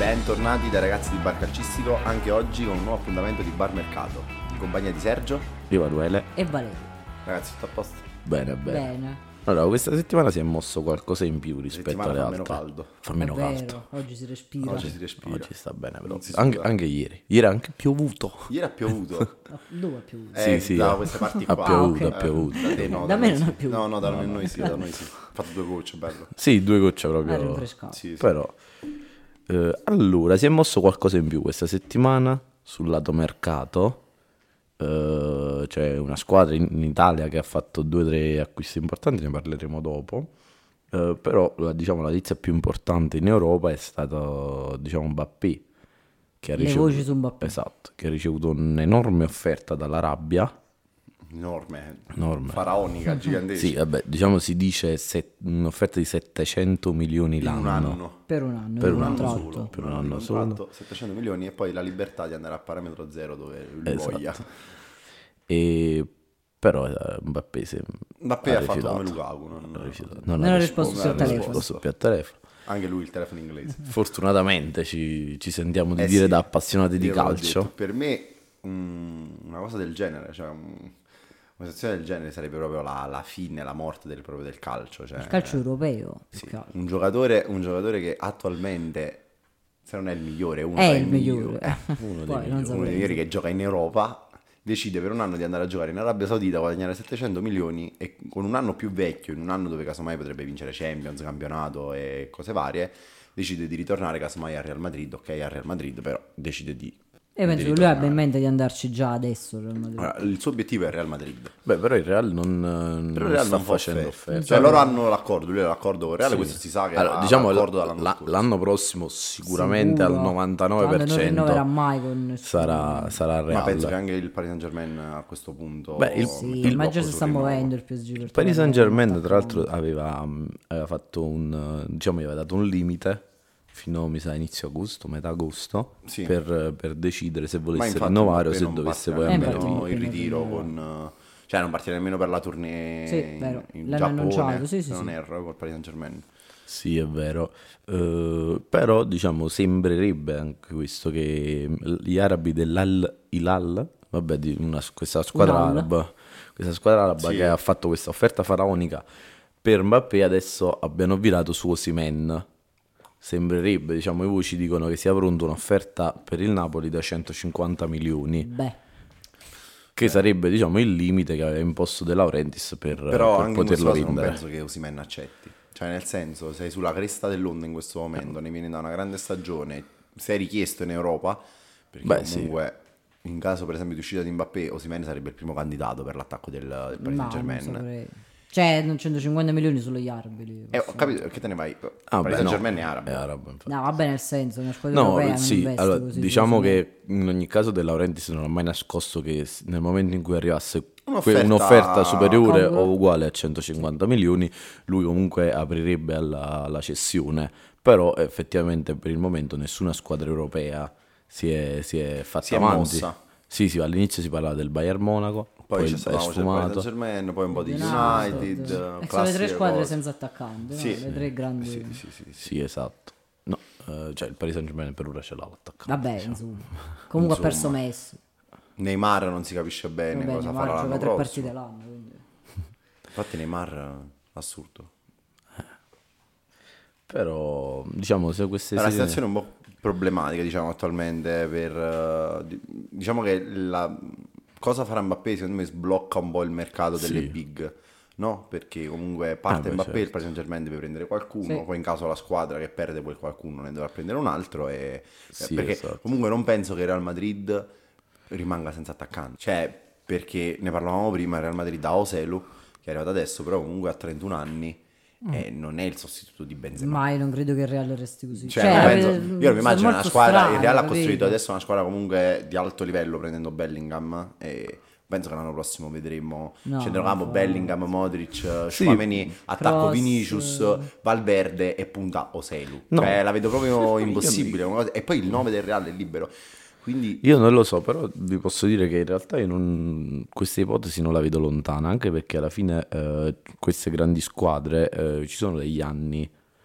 Bentornati dai ragazzi di Bar Calcistico, anche oggi con un nuovo appuntamento di Bar Mercato, in compagnia di Sergio Emanuele. E Valerio. Ragazzi, tutto a posto? Bene. Allora, questa settimana si è mosso qualcosa in più rispetto alle altre. Meno caldo. Fa meno È caldo. vero, oggi si respira. Oggi sta bene, però. Non si Anche ieri. Ieri ha anche piovuto. Ieri ha piovuto. No, dove ha piovuto? Sì, da queste parti ha qua. piovuto, ok. ha piovuto. Da te no, Da me noi non ha sì. piovuto. No, da noi sì, da noi sì. Ho fatto 2 gocce, bello. Sì, 2 gocce Ha proprio. rinfrescato. Sì, sì. Però, allora, si è mosso qualcosa in più questa settimana sul lato mercato. C'è una squadra in Italia che ha fatto 2 o 3 acquisti importanti, ne parleremo dopo. Però diciamo la notizia più importante in Europa è stato, diciamo, Mbappé, che ha Le ricevuto, voci su Mbappé. esatto, che ha ricevuto un'enorme offerta dall'Arabia. Enorme. Enorme. Faraonica, gigantesca. Sì, vabbè, diciamo si dice un'offerta di 700 milioni In l'anno. un anno. Per un anno, Per in un anno contratto. Solo. Per un anno Di solo. contratto, 700 milioni e poi la libertà di andare a parametro zero dove lui Esatto. voglia. Però Mbappé Mbappé ha fatto rifiutato. come Lukaku. Non ha ha risposto sul telefono. risposto più al telefono. Anche lui il telefono inglese. Fortunatamente ci sentiamo di Eh dire sì, da appassionati di io l'ho calcio. detto, per me una cosa del genere, cioè una situazione del genere sarebbe proprio la fine, la morte proprio del calcio. Cioè, Il calcio europeo. sì, più che altro. un giocatore che attualmente, se non è il migliore, uno È tra i il migliore. Uno Poi dei non uno saprei. dei migliori che gioca in Europa, decide per un anno di andare a giocare in Arabia Saudita, guadagnare 700 milioni e con un anno più vecchio, in un anno dove casomai potrebbe vincere Champions, campionato e cose varie, decide di ritornare casomai al Real Madrid. Ok, al Real Madrid, però decide di E penso che lui abbia in mente di andarci già adesso. Real Madrid. Allora, il suo obiettivo è il Real Madrid. Beh, però il Real non Però il Real sta non fa facendo offerte. Cioè loro hanno l'accordo, lui ha l'accordo con il Real, Sì. questo si sa che Allora, ha diciamo l'accordo dall'anno scorso. l'anno prossimo sicuramente Sicuro. al Tanto non 99% rinnoverà mai con nessuno. sarà Real. Ma penso che anche il Paris Saint Germain a questo punto Beh, Sì, ma già si sta rinnovo. muovendo il PSG per Il Paris Saint trovare un Germain tra l'altro attaccante. aveva fatto diciamo, gli aveva dato un limite fino, mi sa, inizio agosto, metà agosto, Sì. per decidere se Ma volesse infatti rinnovare o Mbappé se non dovesse parte poi nemmeno andare infatti, via. in Mbappé ritiro non con cioè non parte nemmeno per la tournée Sì, vero. in L'hanno Giappone, annunciato, sì, se non sì. erro, col Paris Saint Germain. Sì, è vero. Però diciamo sembrerebbe anche questo che gli arabi dell'Al Hilal, vabbè, questa squadra Hilal. araba, Sì. che ha fatto questa offerta faraonica per Mbappé, adesso abbiano virato su Osimhen. Sembrerebbe, diciamo, i voci dicono che sia pronta un'offerta per il Napoli da 150 milioni, Beh, che sarebbe, diciamo, il limite che aveva imposto De Laurentiis Però per anche in questo poterlo caso non vendere. penso che Osimhen accetti. Cioè nel senso, sei sulla cresta dell'onda in questo momento, ne vieni da una grande stagione, sei richiesto in Europa, perché Beh, sì. comunque in caso per esempio di uscita di Mbappé, Osimhen sarebbe il primo candidato per l'attacco del Paris no, non Saint-Germain. saprei. Cioè, 150 milioni solo gli arabi lì. Ho capito, che te ne vai? Ah, Paris beh, Saint-Germain no, è arabo. è arabo, infatti. No, vabbè, nel senso, una squadra No, europea non sì, investe allora, così. diciamo su- che in ogni caso De Laurentiis non ha mai nascosto che nel momento in cui arrivasse Un'offerta un'offerta superiore congrua. o uguale a 150 milioni, lui comunque aprirebbe alla cessione, però effettivamente per il momento nessuna squadra europea si è fatta Si è avanti. mossa. Sì, all'inizio si parlava del Bayern Monaco, Poi c'è è stato c'è il Paris sfumato. Saint-Germain, poi un po' di United. United, E sono le classiche tre squadre cose. senza attaccante, no? Sì. Le tre grandi. Sì. Sì, esatto. No, cioè il Paris Saint-Germain per ora ce l'ha l'attaccante. Vabbè, insomma. Comunque ha perso Messi. Neymar non si capisce bene Vabbè, cosa Neymar farà gioca l'anno 3 prossimo. partite l'anno, quindi. Infatti Neymar assurdo. Però diciamo se queste È una serie- situazione un po' problematica, diciamo, attualmente diciamo che la cosa farà Mbappé secondo me sblocca un po' il mercato delle Sì. big, no? Perché comunque parte beh, Mbappé, certo. il Paris Saint-Germain deve prendere qualcuno, Sì. poi in caso la squadra che perde quel qualcuno ne dovrà prendere un altro Sì, perché esatto. comunque non penso che il Real Madrid rimanga senza attaccante. Cioè, perché ne parlavamo prima, il Real Madrid ha Oselu che è arrivato adesso, però comunque ha 31 anni e non è il sostituto di Benzema. Mai, non credo che il Real resti così. Cioè, non penso- sono io mi immagino una molto squadra, strani, il Real ha capito? costruito adesso una squadra comunque di alto livello prendendo Bellingham e penso che l'anno prossimo vedremo No, centrocampo fa- Bellingham, Modric, Tchouaméni, attacco Cross. Vinicius, Valverde e punta Oselu. No. Cioè, la vedo proprio impossibile. Una cosa- E poi il 9 del Real è libero. Quindi Io non lo so, però vi posso dire che in realtà io questa ipotesi non la vedo lontana, anche perché alla fine queste grandi squadre ci sono degli anni,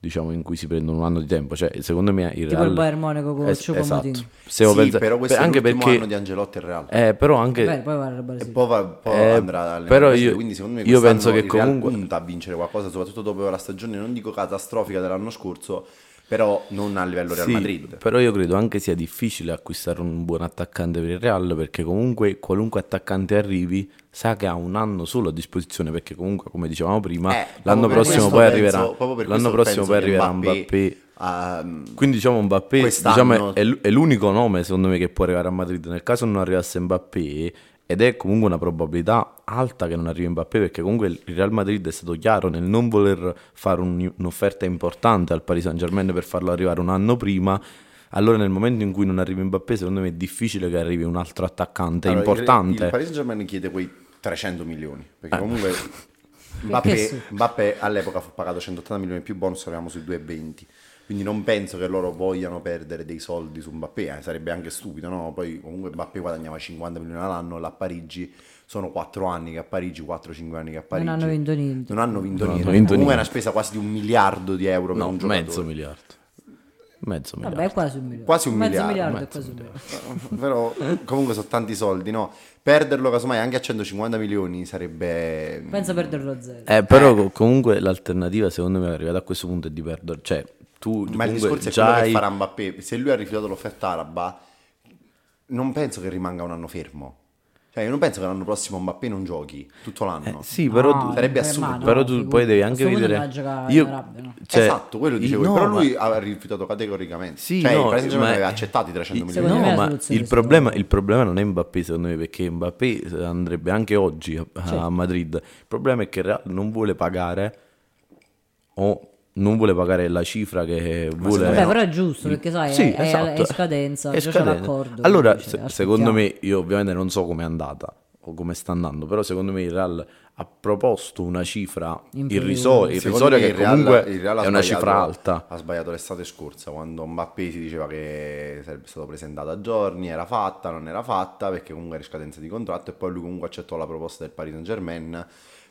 diciamo, in cui si prendono un anno di tempo. Cioè, secondo me il Tipo Real... il Bayern Monaco con Choupo-Moting. esatto. Stiamo Sì, pensando- però questo è anche l'ultimo perché anno di Ancelotti e Real. però anche Beh, poi va al Brasile. E poi andrà alle però Brasile, io- quindi secondo me io quest'anno penso che il Real comunque- punta a vincere qualcosa, soprattutto dopo la stagione, non dico catastrofica dell'anno scorso, però non a livello Real Sì, Madrid. però io credo anche sia difficile acquistare un buon attaccante per il Real, perché comunque qualunque attaccante arrivi sa che ha un anno solo a disposizione, perché comunque, come dicevamo prima, l'anno proprio per prossimo questo poi penso- arriverà proprio per l'anno questo prossimo penso poi che arriverà Mbappé, Mbappé. Quindi diciamo Mbappé, quest'anno- diciamo, è l'unico nome secondo me che può arrivare a Madrid. Nel caso non arrivasse Mbappé, ed è comunque una probabilità alta che non arrivi Mbappé, perché comunque il Real Madrid è stato chiaro nel non voler fare un'offerta importante al Paris Saint-Germain per farlo arrivare un anno prima. Allora nel momento in cui non arrivi Mbappé, secondo me è difficile che arrivi un altro attaccante Allora, importante. il Paris Saint-Germain chiede quei 300 milioni, perché comunque Che Mbappé all'epoca fu pagato 180 milioni più bonus, eravamo sui 2,20. Quindi non penso che loro vogliano perdere dei soldi su Mbappé, sarebbe anche stupido, no? Poi comunque Mbappé guadagnava 50 milioni all'anno, là a Parigi sono 4 anni che a Parigi, 4-5 anni che a Parigi. Non hanno vinto niente. Non hanno vinto Non hanno niente. vinto Comunque è niente. una spesa quasi di 1 miliardo di euro per No, un giocatore. mezzo miliardo. Mezzo miliardo. Vabbè, è quasi un miliardo. Quasi un Mezzo miliardo, è quasi un miliardo. Però comunque sono tanti soldi, no? Perderlo casomai anche a 150 milioni sarebbe... Pensa a perderlo a zero. Però comunque l'alternativa secondo me arrivata a questo punto è di perdere, cioè tu Ma il comunque discorso è già quello che hai- farà Mbappé. Se lui ha rifiutato l'offerta araba, non penso che rimanga un anno fermo. Cioè, io non penso che l'anno prossimo Mbappé non giochi tutto l'anno. sì, però No, tu, sarebbe ma assurdo. no, però tu figurati. poi devi A anche sto punto vedere non la gioca io in Arabia, no? cioè, Esatto, quello dicevo io. no, Però ma- lui ha rifiutato categoricamente. Sì, cioè, no, il Paris Saint-Germain ma- aveva accettato i 300 Secondo milioni. me no, la ma soluzione il problema non è Mbappé secondo me, perché Mbappé andrebbe anche oggi a Madrid. Il problema è che il Real non vuole pagare o non vuole pagare la cifra che vuole. Vabbè, però è giusto, perché sai, Sì, è esatto. scadenza, È già c'è scadenza. l'accordo. Allora, dice, secondo aspettiamo. me, io ovviamente non so com'è andata o come sta andando, però secondo me il Real ha proposto una cifra In più. irrisoria Secondo me che comunque il Real ha è una sbagliato- cifra alta. Ha sbagliato l'estate scorsa quando Mbappé si diceva che sarebbe stato presentato a giorni, era fatta, non era fatta perché comunque era scadenza di contratto, e poi lui comunque accettò la proposta del Paris Saint-Germain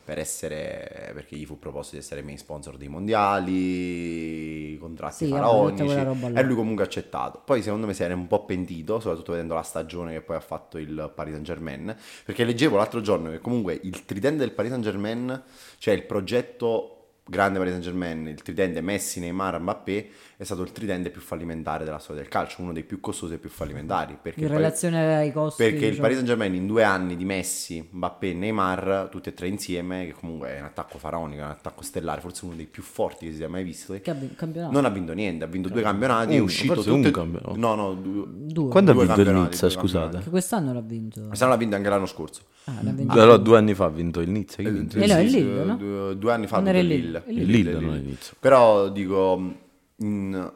perché gli fu proposto di essere main sponsor dei mondiali, contratti Sì, vabbè, tutta faraonici, quella roba là. e lui comunque ha accettato. Poi secondo me si era un po' pentito, soprattutto vedendo la stagione che poi ha fatto il Paris Saint-Germain, perché leggevo l'altro giorno che comunque il tridente del Paris Saint-Germain, cioè il progetto grande Paris Saint-Germain, il tridente Messi, Neymar, Mbappé, è stato il tridente più fallimentare della storia del calcio, uno dei più costosi e più fallimentari, perché In relazione ai costi. perché il diciamo. Paris Saint-Germain in 2 anni di Messi, Mbappé e Neymar, tutti e tre insieme, che comunque è un attacco faraonico, è un attacco stellare, forse uno dei più forti che si sia mai visto, Che ha vinto il campionato. non ha vinto niente, ha vinto 2 campionati, è uscito forse tutte... un campionato. No, Due. Quando ha due vinto il campionati, Nizza, due scusate? campionati. Che quest'anno l'ha vinto. Quest'anno l'ha vinto anche l'anno scorso. L'ha vinto. Allora 2 anni fa ha vinto il Nizza, chi ha vinto? no, il Sì, Lille, no? 2 anni fa ha Non vinto era il il Lille. Lille. Il Lille, non è Nizza. Però dico, in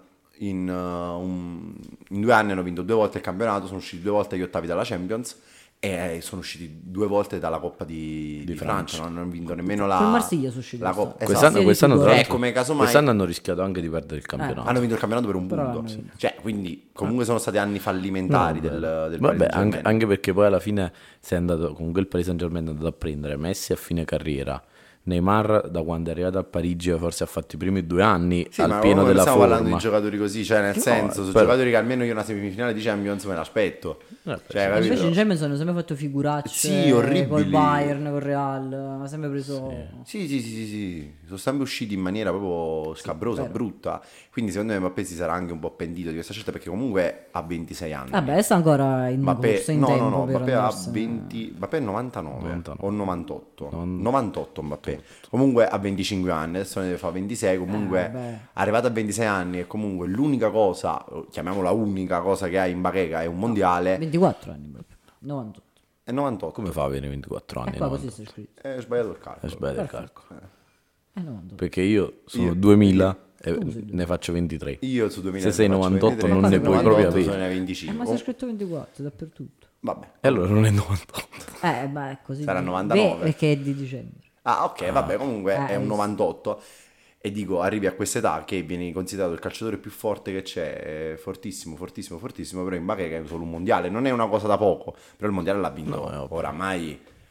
2 anni hanno vinto 2 volte il campionato, sono usciti 2 volte agli ottavi dalla Champions e sono usciti 2 volte dalla Coppa di Francia. Non hanno vinto nemmeno la Col Marsiglia sono usciti la quest'anno. Coppa. Quest'anno, Esatto. tra l'altro, come casomai- quest'anno hanno rischiato anche di perdere il campionato. Hanno vinto il campionato per un Però punto. l'hanno vinto. Cioè, quindi comunque sono stati anni fallimentari del Paris Vabbè, Saint-Germain. anche perché poi alla fine sei andato, comunque il Paris Saint-Germain è andato a prendere Messi a fine carriera, Neymar da quando è arrivato a Parigi forse ha fatto i primi 2 anni Sì, al ma pieno della stiamo parlando di forma. giocatori così, cioè nel senso, su però- giocatori che almeno io una semifinale di Champions me l'aspetto. Cioè, capito? Invece in Champions hanno sempre fatto figuracce. Sì, orribili. Col Bayern, col Real. Ha sempre preso. Sì, sono sempre usciti in maniera proprio scabrosa, brutta. Quindi secondo me Mbappé si sarà anche un po' pentito di questa scelta perché comunque ha 26 anni. Vabbè, sta ancora in Mbappé, corso, in no, tempo no, per Mbappé ha andarsene. 20, Mbappé è 99, 99. o 98. 98 Mbappé. Comunque ha 25 anni, adesso ne deve fare 26, comunque vabbè. arrivato a 26 anni e comunque l'unica cosa, chiamiamola unica cosa che ha in bacheca è un mondiale, 24 anni proprio. 98. è 98. Come fa a avere 24 anni? Qua 90? così sta scritto. Ho sbagliato il È calcolo. sbagliato il calcolo. 98. Perché io sono Io- 2000 e ne faccio 23. Io su 2000 Se sei ne faccio 98 23, non ne puoi 98 proprio sono avere. ne 25. Ma c'è scritto 24 dappertutto. Vabbè. E allora non è 98. Ma è così. Sarà 99. Beh, perché è di dicembre. Ah, ok, vabbè, comunque è un visto. 98. E dico, arrivi a quest'età che vieni considerato il calciatore più forte che c'è, è fortissimo, però in Mbappé è solo un mondiale, non è una cosa da poco, però il mondiale l'ha vinto No, è ovvio. oramai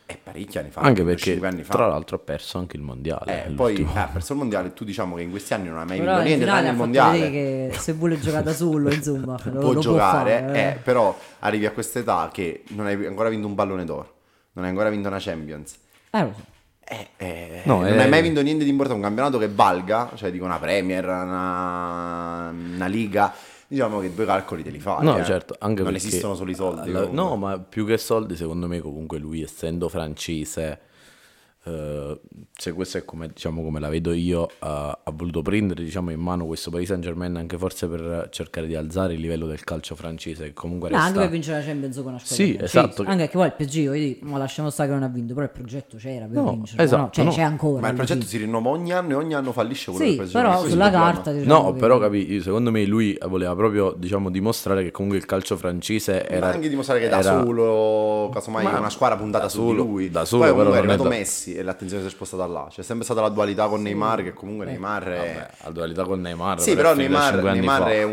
parecchi anni fa, Anche perché 5 anni fa. tra l'altro ha perso anche il mondiale. Poi l'ultimo. ha perso il mondiale, tu diciamo che in questi anni non ha mai Però vinto in niente finale tranne ha il fatto mondiale. vedere che se vuole giocare da solo, insomma, Può lo giocare, può fare. però arrivi a quest'età che non hai ancora vinto un pallone d'oro, non hai ancora vinto una Champions. Lo so. No, non hai mai vinto niente di importante, un campionato che valga, cioè dico una Premier, una Liga, diciamo che 2 calcoli te li fai. No, certo, anche non perché esistono solo i soldi. no, ma più che soldi, secondo me, comunque lui, essendo francese, se questa è come, diciamo, come la vedo io, ha voluto prendere, diciamo, in mano questo Paris Saint-Germain anche forse per cercare di alzare il livello del calcio francese, che comunque No, anche resta... per vincere la Champions con una squadra Sì, francese. esatto. Anche che poi il PSG, io dico, ma lasciamo stare che non ha vinto, però il progetto c'era per No, vincere. esatto, no? Cioè, no. c'è ancora. Ma il alla progetto fine. si rinnova ogni anno e ogni anno fallisce quello Sì, del però Questo è sulla il problema. carta diciamo No, che- però secondo me lui voleva proprio, diciamo, dimostrare che comunque il calcio francese Ma era... anche dimostrare che da era- solo, casomai, Ma una squadra puntata da su di solo- lui. da solo, Poi comunque è però non è arrivato da- Messi e l'attenzione si è spostata là. C'è sempre stata la dualità con Neymar, che comunque Neymar è... Vabbè, la dualità con Neymar. Sì, però è finita 5 anni Neymar fa. è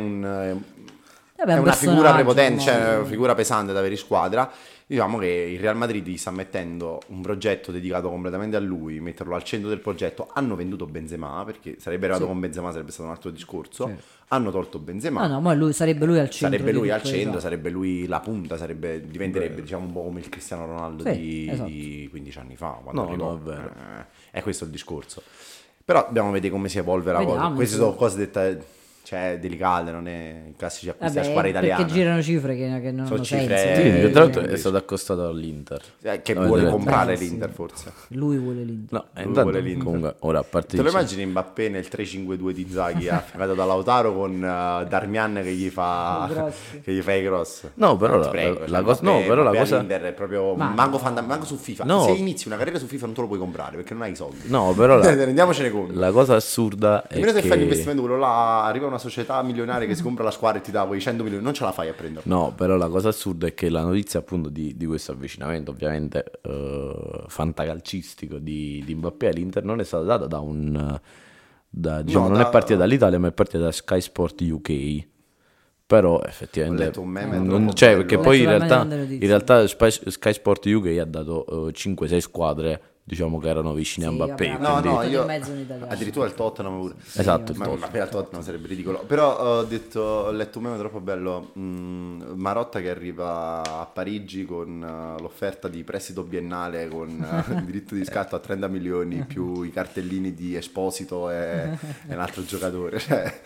Vabbè, è un una figura personaggio, prepotente, cioè ormai. una figura pesante da avere in squadra. Diciamo che il Real Madrid gli sta mettendo un progetto dedicato completamente a lui, metterlo al centro del progetto. Hanno venduto Benzema, perché sarebbe arrivato con Benzema, sarebbe stato un altro discorso. Sì. Hanno tolto Benzema. No, ma sarebbe lui al centro. Sarebbe di lui al tutto, centro, esatto. sarebbe lui la punta, diventerebbe diciamo un po' come il Cristiano Ronaldo Sì, esatto. di 15 anni fa, quando No, arrivò. no, è vero. È questo il discorso. Però dobbiamo vedere come si evolve la cosa. Vediamo, Queste insomma. sono cose dette, cioè, delicate, non è i classici acquisti a Vabbè, squadra italiana. perché girano cifre che non Sono hanno cifre- senso. Sì, Eh, tra l'altro invece- è stato accostato all'Inter. Che No, vuole vedete. comprare Sì. l'Inter forse. Lui vuole l'Inter. No, Lui intanto, vuole l'Inter. comunque, ora a parte Te lo di- immagini Mbappé nel 3-5-2 di Inzaghi affiancato da Lautaro con Darmian che gli fa i cross? No, però Ti prego, la cioè, cosa... No, Mbappé- però la Mbappé cosa... all'Inter è proprio manco su FIFA. No. Se inizi una carriera su FIFA non te lo puoi comprare perché non hai i soldi. No, però Rendiamocene conto. la cosa assurda è Nemmeno se fai che... l'investimento quello là, arriva una società milionaria che si compra la squadra e ti dà quei 100 milioni, non ce la fai a prendere. No, però la cosa assurda è che la notizia appunto di questo avvicinamento, ovviamente fantacalcistico di Mbappé all'Inter non è stata data da diciamo, No, non è partita dall'Italia, ma è partita da Sky Sport UK. Però effettivamente Ho letto un meme non troppo c'è, bello. perché Ho poi letto veramente tante in notizie. realtà Sky Sport UK ha dato 5-6 squadre, diciamo, che erano vicine a Sì, Mbappé. vabbè, No, quindi- no, Tutto io in mezzo in italiano. addirittura il Tottenham pure. Esatto, il Ma Tottenham. Mbappé al Tottenham sarebbe ridicolo. Però ho letto un meme troppo bello. Marotta che arriva a Parigi con l'offerta di prestito biennale con il diritto di scatto a 30 milioni più i cartellini di Esposito e un altro giocatore.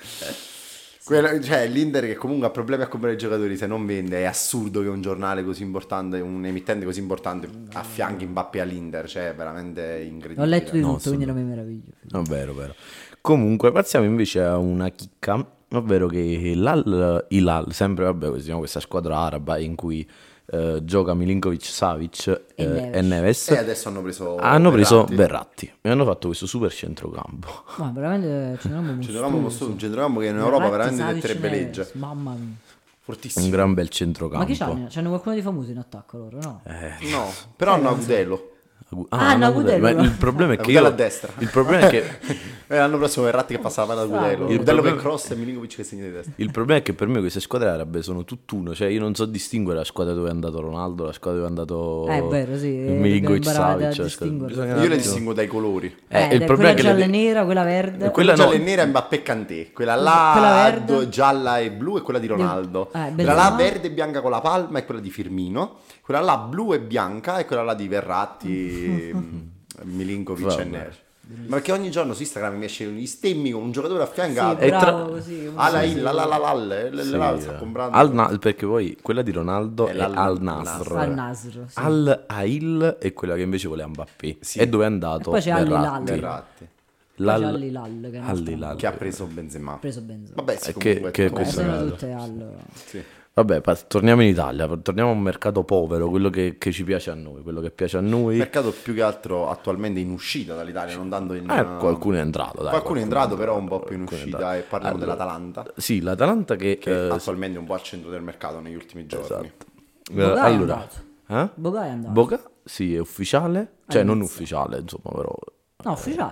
Cioè, l'Inter che comunque ha problemi a comprare i giocatori se non vende. È assurdo che un giornale così importante, un emittente così importante affianchi Mbappé all'Inter. Cioè, è veramente incredibile. Ho letto di No, tutto, quindi non mi meraviglio. No, vero, vero. Comunque, passiamo invece a una chicca, ovvero che l'Al-Hilal, sempre vabbè, diciamo, questa squadra araba in cui gioca Milinkovic-Savic e Neves, E adesso hanno preso Verratti. Verratti e hanno fatto questo super centrocampo. Ma veramente ce n'è Un centrocampo che in Europa veramente detterebbe legge. Mamma mia. Fortissimo. Un gran bel Ma chi centrocampo. c'hanno? C'hanno qualcuno di famoso in attacco loro, no? No, però hanno Agudelo. no, Agudelo. Ma il problema è che Agudelo io... a destra. Il problema è che... L'anno prossimo Verratti che passava da Agudelo. Il Agudelo problema- che cross e Milinkovic che segna di destra. Il problema è che per me queste squadre arabe sono tutt'uno, cioè io non so distinguere la squadra dove è andato Ronaldo, la squadra dove è andato È vero, sì, Milinkovic dobbiamo imparare Savic, a la squadra- distinguerle. bisogna Io un le attimo- distingo dai colori. il quella problema è che gialla le- e nera, quella verde. Quella Quella no. gialla e nera è Mbappé Kanté, quella là Quella verde. gialla e blu è quella di Ronaldo, quella Benzema. là verde e bianca con la palma è quella di Firmino, quella là blu e bianca è quella là di Verratti, Milinkovic e Vabbè. Neves. Ma perché ogni giorno su Instagram mi esce gli stemmi con un giocatore affiancato. Sì, E bravo, così. Sta comprando. perché poi quella di Ronaldo è Al Nasr. Al Nasr, sì. Al Ail è quella che invece voleva Mbappé. Sì. E dove è andato? E poi c'è Verratti. Verratti, Poi c'è Al-Hilal, che non Al-Hilal. sta- che ha preso Benzema. ha preso Benzema. Vabbè, sì, Che- comunque che no, questo sono caso. tutte al... sì. Vabbè, torniamo in Italia, torniamo a un mercato povero, quello che ci piace a noi, quello che piace a noi. Mercato più che altro attualmente in uscita dall'Italia, non dando in... Qualcuno è entrato, dai. Qualcuno è entrato, però un po' più in qualcuno è uscita, entrato. e parliamo Allora, dell'Atalanta, Sì, l'Atalanta che... che attualmente è un po' al centro del mercato negli ultimi giorni. esatto. Boga è Allora, andato. Boga è andato. Boga, sì, è ufficiale, cioè non ufficiale, insomma, però... No, ufficiale.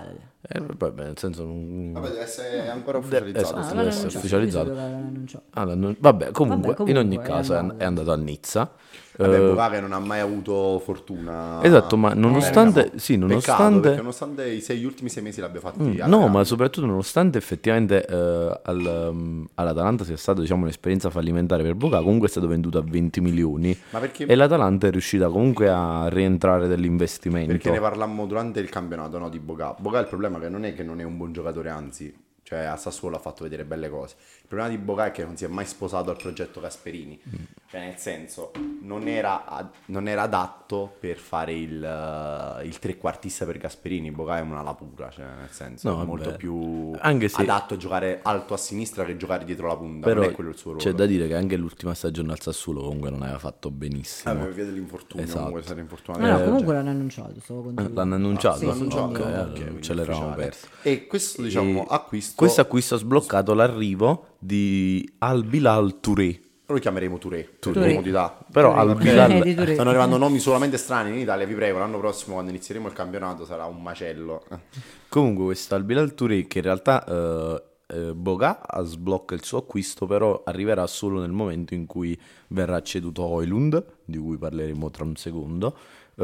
Vabbè, nel senso non... Vabbè, deve essere ancora ufficializzato. esatto. Ah, deve l'hanno essere annunciato, ufficializzato. io sapevo che l'hanno annunciato. Vabbè, comunque, in ogni comunque, caso andato. è andato a Nizza. Vabbè, Boca che non ha mai avuto fortuna. Esatto, ma nonostante... Sì, Peccato, nonostante... perché nonostante gli ultimi 6 mesi l'abbia fatti alla No, grande. ma soprattutto nonostante effettivamente all'Atalanta sia stata, diciamo, un'esperienza fallimentare per Boca, comunque è stato venduto a 20 milioni Ma perché, e l'Atalanta è riuscita comunque a rientrare dell'investimento. perché ne parlammo durante il campionato, no, di Boca. Boca il problema è che non è un buon giocatore, anzi, cioè a Sassuolo ha fatto vedere belle cose. Il problema di Boca è che non si è mai sposato al progetto Gasperini. Cioè, nel senso, non era adatto per fare il trequartista per Gasperini. Boca è un'ala pura, cioè nel senso, No, è vabbè. molto più Anche se- adatto a giocare alto a sinistra che giocare dietro la punta. Però non è quello il suo ruolo. c'è da dire che anche l'ultima stagione al Sassuolo comunque non aveva fatto benissimo. Per via dell'infortunio, Esatto. comunque sarà infortunato. No, comunque l'hanno annunciato, stavo controllando. L'hanno annunciato? sì, L'hanno annunciato, Ok, ok, allora quindi ce l'eravamo ufficiale. perso. E questo, diciamo, acquisto Questo acquisto ha sbloccato l'arrivo di Al Bilal Touré. lo chiameremo Touré, per Touré. comodità. Però Touré. Al Bilal... Di Touré. Stanno arrivando nomi solamente strani in Italia, vi prego, l'anno prossimo quando inizieremo il campionato sarà un macello. Comunque questo Al Bilal Touré che in realtà Boga sblocca il suo acquisto, però arriverà solo nel momento in cui verrà ceduto Højlund, di cui parleremo tra un secondo.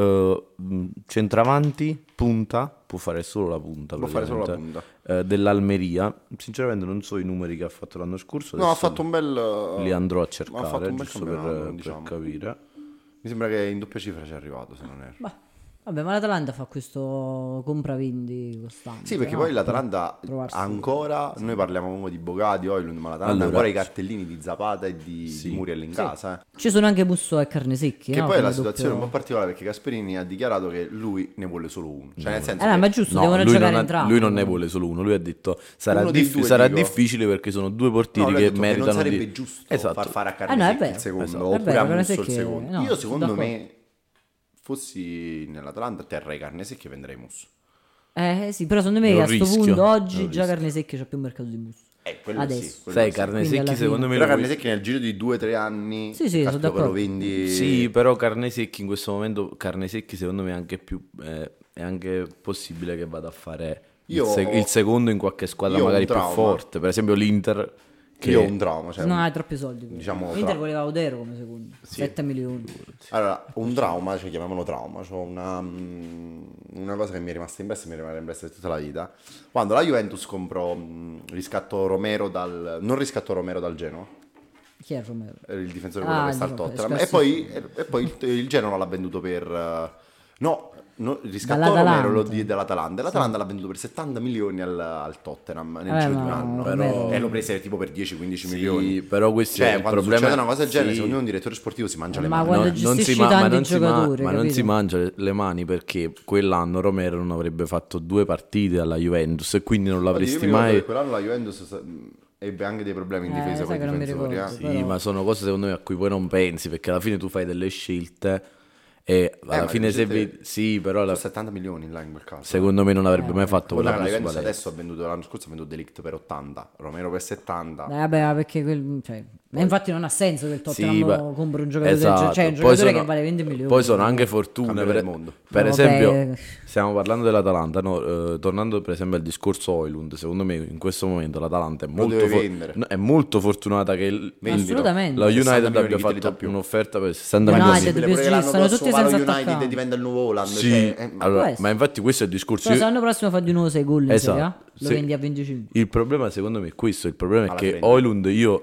Centravanti, punta, può fare solo la punta. Può fare solo la praticamente. Dell'Almeria, sinceramente non so i numeri che ha fatto l'anno scorso. No, ha adesso fatto un bel... li andrò a ha fatto cercare un bel giusto campionato, per diciamo. capire. Mi sembra che in doppia cifra ci è arrivato, se non erro. Vabbè, ma l'Atalanta fa questo compra-vendi costante. Sì, perché no? poi l'Atalanta Trovarsi- ancora, noi parliamo comunque di Boga, di Højlund, ma l'Atalanta ha Allora- ancora i cartellini di Zapata e di Muriel in casa. Ci sono anche Musso e Carnesecchi, Che no? poi è la Come situazione doppio- un po' particolare perché Gasperini ha dichiarato che lui ne vuole solo uno. Cioè nel senso ma è che giusto, No, devono lui giocare non, entrambi. lui non ne vuole solo uno. Lui ha detto sarà, Uno dei due, sarà dico. difficile perché sono due no, portieri lui ha che detto che meritano non sarebbe di... giusto Esatto. far fare a no, è Carnesecchi vero. il secondo Esatto. oppure È a vero, Musso il Carnesecchi- secondo. no, Io sono secondo d'accordo. me fossi nell'Atalanta terrei Carnesecchi e venderei Musso. Sì, però secondo me È un a sto rischio, punto è oggi un già rischio. Carnesecchi c'ha più mercato di Musso. Quello Adesso. sì, quello Sai, sì. Quindi Carnesecchi alla secondo me... Però lo puoi- Carnesecchi nel giro di 2 o 3 anni Sì, sì, sono caspita, d'accordo. lo vendi. Sì, però Carnesecchi in questo momento, Carnesecchi secondo me è anche più... è anche possibile che vada a fare il secondo in qualche squadra io ho magari un più trauma. forte. Per esempio l'Inter... Che... Io ho un trauma, cioè, No, hai troppi soldi. però. diciamo, L'Inter tra- voleva Odero come secondo. 7 milioni. allora, un trauma, cioè chiamiamolo trauma, c'ho una cosa che mi è rimasta impressa e mi rimarrà impressa tutta la vita. Quando la Juventus comprò riscattò Romero non riscattò Romero dal Genoa, Chi è Romero? il difensore quello che sta al diciamo, Tottenham, scarsissimo. e poi il Genoa l'ha venduto per... no, riscattò Dall'Atalanta. Romero, lo diede dall'Atalanta. L'Atalanta l'ha venduto per 70 milioni al Tottenham nel Eh, giro di un ma anno. Romero- E lo prese tipo per 10-15 Sì, milioni. però questo Cioè, è il quando problema... succede una cosa del genere, Sì. secondo me un direttore sportivo si mangia le Ma mani. quando Non gestisci si ma tanti non si giocatori, ma non capito? si mangia le mani perché quell'anno Romero non avrebbe fatto 2 partite alla Juventus e quindi non Io mi l'avresti ricordo mai... che quell'anno la Juventus ebbe anche dei problemi in difesa sai con i che non mi difensori. ricordo. Sì, Però- ma sono cose secondo me a cui poi non pensi perché alla fine tu fai delle scelte e alla ma fine le se scelte- vedi... Sì, però alla- 70 milioni là in quel caso. secondo me non avrebbe mai fatto Guarda, quella la Juventus plusvalenza. adesso ha venduto l'anno scorso ha venduto Delict per 80, Romero per 70. Vabbè, ma perché cioè, ma infatti non ha senso che il Tottenham Sì, lo compri un giocatore del esatto. cioè un Poi giocatore sono- che vale 20 milioni. Poi sono anche fortune. Campione Per, del mondo. per No, esempio, vabbè. stiamo parlando dell'Atalanta. No, tornando per esempio al discorso Højlund, secondo me in questo momento l'Atalanta è molto, deve vendere. è molto fortunata che Assolutamente. la 60 United milioni abbia di titoli da fatto più. un'offerta per 60 United, milioni. Possibile pure che PSG, l'anno stanno prossimo tutti va lo senza United attaccante. e diventa il nuovo Holland. Sì, Cioè, può allora, essere. ma infatti questo è il discorso. Però se l'anno prossimo fa di nuovo 6 gol in Serie A, Esatto. lo Se- vendi a 25. Il problema secondo me è questo, il problema è Alla che fredda. Højlund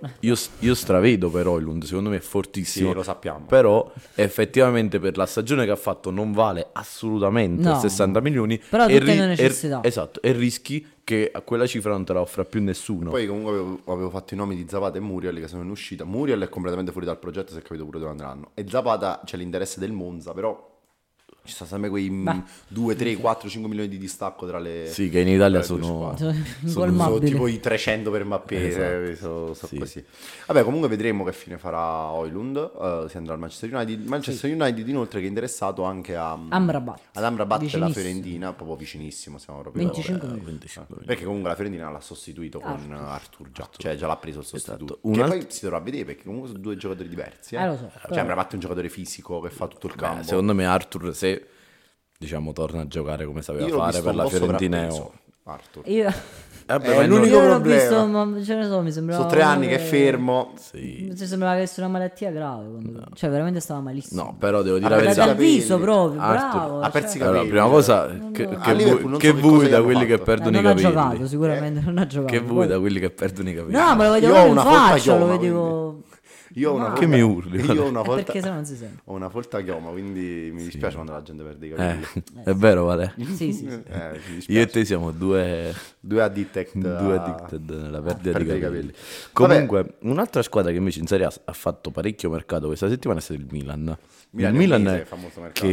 io stravedo per Højlund, secondo me è fortissimo. Sì, lo sappiamo. Però effettivamente per la stagione che ha fatto non vale assolutamente No. 60 milioni. Però e tutte le necessità. esatto, e rischi che a quella cifra non te la offra più nessuno. Poi comunque avevo fatto i nomi di Zapata e Muriel che sono in uscita. Muriel è completamente fuori dal progetto, si è capito pure durante l'anno. E Zapata c'è l'interesse del Monza, però ci sta sempre quei 2, 3, 4, 5 milioni di distacco tra le... Sì, che in Italia tra le due sono... squadre. Sono Incolmabili. tipo i 300 per Mbappé, sono Sì. così. Vabbè, comunque vedremo che fine farà Højlund, si andrà al Manchester United. Manchester United inoltre che è interessato anche Amrabat. ad Amrabat e la Vicinissimo. Fiorentina, proprio vicinissimo, siamo proprio 25 milioni. 25 milioni. perché comunque la Fiorentina l'ha sostituito con Arthur già, cioè già l'ha preso il sostituto. Un Che alt- poi si dovrà vedere perché comunque sono due giocatori diversi. Lo so, Cioè però- Amrabat è un giocatore fisico che fa tutto il campo. Secondo me Arthur se diciamo torna a giocare come sapeva Io l'ho fare visto per un la po' Fiorentina sovrappeso. Arthur. Io, Vabbè, È ma l'unico io l'ho problema. visto, ma ce ne so, mi sembrava... Sono 3 anni che è fermo. Sì. Mi sembrava che avesse una malattia grave. Cioè, veramente stava malissimo. No, però devo dire la Vabbè, verità. Dal viso capelli. proprio, Arthur, bravo. ha perso i cioè. capelli. Allora, prima cosa, A Liverpool non che so che cosa vuoi gli da hanno quelli che fatto. perdono i non ha capelli? giocato, sicuramente non ha giocato. Che vuoi da quelli che perdono i capelli? No, me lo vedevo Io ho proprio in una folta faccia, lo chioma, vedevo... Io ho una Che folta- mi urli? Io ho una È folta... perché se no non si sente. Ho una folta chioma, quindi mi dispiace quando la gente perde i capelli. È vero, Vale? Sì, sì, sì. Mi dispiace. Io e te siamo due Addicted addicted nella perdita di perdere i capelli. capelli. Comunque, un'altra squadra che invece in Serie A ha fatto parecchio mercato questa settimana è stato il Milan. Milan Il è un Milan mese, fa molto mercato.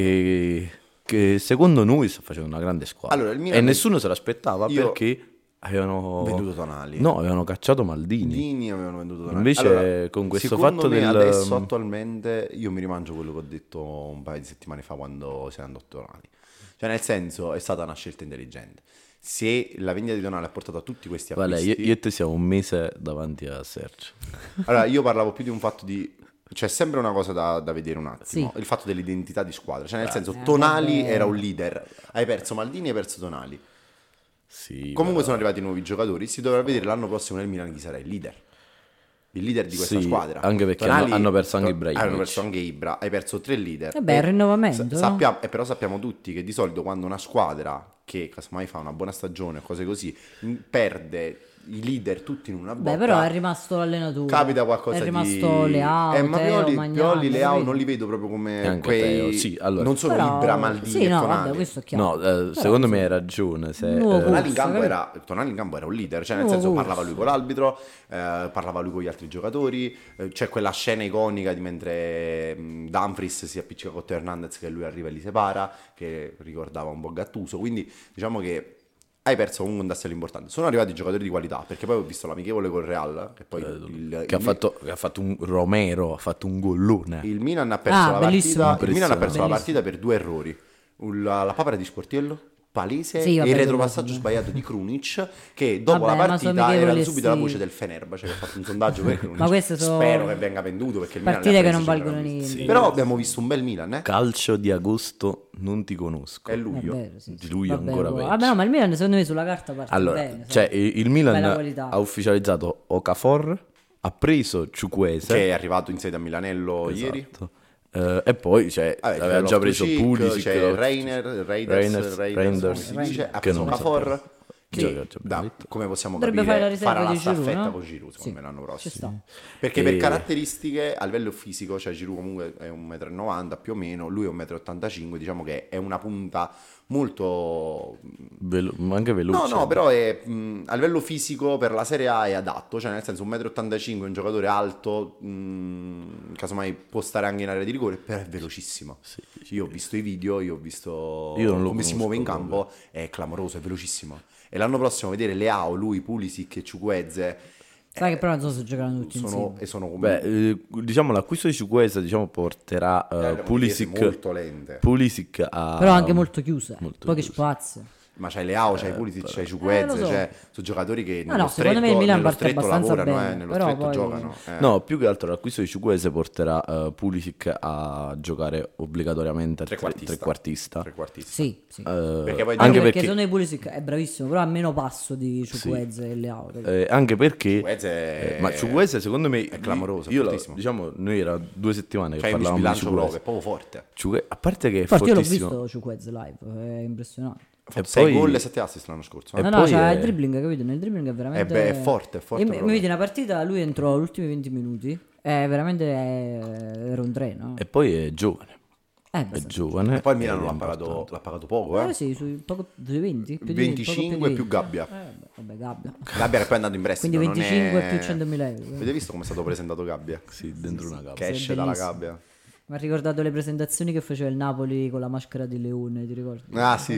che secondo noi sta facendo una grande squadra. Allora, il Milan e è- nessuno se l'aspettava Io- perché avevano Venduto Tonali. No, avevano cacciato Maldini. Dini avevano venduto Tonali. Invece, con questo secondo fatto me del- adesso attualmente io mi rimangio quello che ho detto un paio di settimane fa quando si è andato Tonali. Cioè nel senso è stata una scelta intelligente. Se la vendita di Tonali ha portato a tutti questi Vale, acquisti, io e te siamo un mese davanti a Sergio. allora io parlavo più di un fatto di... C'è sempre una cosa da vedere un attimo, Sì. il fatto dell'identità di squadra, cioè nel senso Tonali era un leader, hai perso Maldini e hai perso Tonali. Sì, Comunque sono arrivati nuovi giocatori, si dovrà vedere l'anno prossimo nel Milan chi sarà il leader. Il leader di questa Sì, squadra. anche perché hanno perso anche Ibrahimovic. Hanno perso anche Ibra, hai perso 3 leader. Vabbè, il rinnovamento, no? Sappiamo, però sappiamo tutti che di solito quando una squadra che casomai fa una buona stagione o cose così perde i leader tutti in una botta. Beh, però è rimasto l'allenatore. Capita qualcosa è di... rimasto Leao, ma Teo, Pioli, Magnani, Leao capito? non li vedo proprio E come anche quei... Teo, sì, allora. Non sono Però- Ibra, Maldini sì, e no, Tonali. vabbè, questo è chiaro. No, Però, secondo me insomma, hai ragione. Se, nuovo corso, Tonali in campo capito? Tonali in campo era un leader, cioè nel Nuovo senso corso. parlava lui con l'arbitro, parlava lui con gli altri giocatori, c'è quella scena iconica di mentre Dumfries si appiccica con Teo Hernandez che lui arriva e li separa, che ricordava un po' Gattuso, quindi diciamo che hai perso comunque un tassello importante. Sono arrivati giocatori di qualità, perché poi ho visto l'amichevole col Real, che poi che ha fatto un Romero, ha fatto un gollone. il Milan ha perso Ah, la bellissimo. partita, il Milan ha perso la Bellissimo. partita per 2 errori. La papera di Sportiello palese Sì, vabbè, e il retropassaggio vabbè. sbagliato di Krunic che dopo Vabbè, la ma sono partita era amichevoli, subito la sì. voce del Fenerbahce che ha fatto un sondaggio per Krunic. Ma queste sono spero che venga venduto perché il Milan partite le ha che non prese, valgono ce l'hanno viste. niente. Però abbiamo visto un bel Milan, Calcio di agosto non ti conosco. è È luglio. vero, sì, sì. Di luglio Vabbè, ancora boh. peggio. Vabbè, no, ma il Milan secondo me sulla carta parte Allora, bene. cioè, sai. il Bella Milan qualità. ha ufficializzato Okafor, ha preso Ciukwese. Che è arrivato in sede a Milanello ieri. Esatto. E poi Vabbè, aveva già preso Pulisic, c'è Reinders, Reinders, come si dice, ha che preso non Okafor che Gioca già da, detto. come possiamo Dovrebbe capire fare la riserva farà la di Giroud, staffetta no? con Giroud secondo Sì, me l'anno ci prossimo. sta. Perché per caratteristiche a livello fisico, cioè Giroud comunque è 1,90 m più o meno, lui è 1,85 m, diciamo che è una punta molto... Ma anche veloce. No, però è, a livello fisico per la Serie A è adatto, cioè nel senso 1,85 m è un giocatore alto, casomai può stare anche in area di rigore, però è velocissimo. Sì. Io ho visto i video, io ho visto Io non lo come si conosco muove in campo, è clamoroso, è velocissimo. E l'anno prossimo vedere Leao, lui, Pulisic e Ciukweze Sai che però non so se giocheranno tutti insieme. sono come... Beh, diciamo l'acquisto di Ciukwese porterà Pulisic molto lente. Pulisic a... Però anche molto chiuse, molto pochi chiuse. spazi. Ma c'hai Leao, c'hai Pulisic, c'hai Ciukweze, lo so. cioè sono giocatori che No, nello no, secondo me il Milan nello parte stretto abbastanza lavorano, bene, nello però stretto poi- giocano. No, più che altro l'acquisto di Ciukwese porterà Pulisic a giocare obbligatoriamente a trequartista. Trequartista. Sì, sì. Perché poi Anche perché perché, secondo me Pulisic è bravissimo, però ha meno passo di Ciukweze e Leao. capito? anche perché Ciukweze ma Ciukwese secondo me è clamoroso, è io fortissimo. diciamo noi era 2 settimane che C'hai un parlavamo di sbilancio proprio, è Ciukwese. proprio forte. A parte che è Infatti io l'ho fortissimo. visto Ciukweze live, è impressionante. Ha fatto E 6 poi- gol e 7 assist l'anno scorso. E No, no, poi c'ha è- il dribbling, capito? Nel dribbling è veramente... beh, è forte E proprio. mi vedi una partita, lui entrò agli ultimi 20 minuti, è veramente era un treno. E poi è giovane. È Abbastanza. giovane. E poi il Milan ed è l'ha pagato, importante. l'ha pagato poco, Sì, sui 20, più di 25 poco più Gabbia. Vabbè, Gabbia. Gabbia che poi è andato in prestito. Quindi 25 non è... più 100.000 euro. Avete visto come è stato presentato Gabbia? Sì, dentro una gabbia. Che esce Sì, è dalla bellissimo. gabbia. Mi ha ricordato le presentazioni che faceva il Napoli con la maschera di leone, ti ricordi? Ah, sì.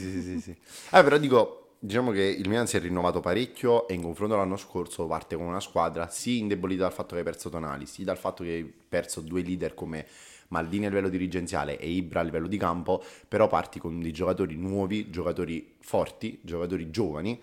Però dico, diciamo che il Milan si è rinnovato parecchio e in confronto all'anno scorso parte con una squadra sì indebolita dal fatto che hai perso Tonali, sì dal fatto che hai perso 2 leader come Maldini a livello dirigenziale e Ibra a livello di campo, però parti con dei giocatori nuovi, giocatori forti, giocatori giovani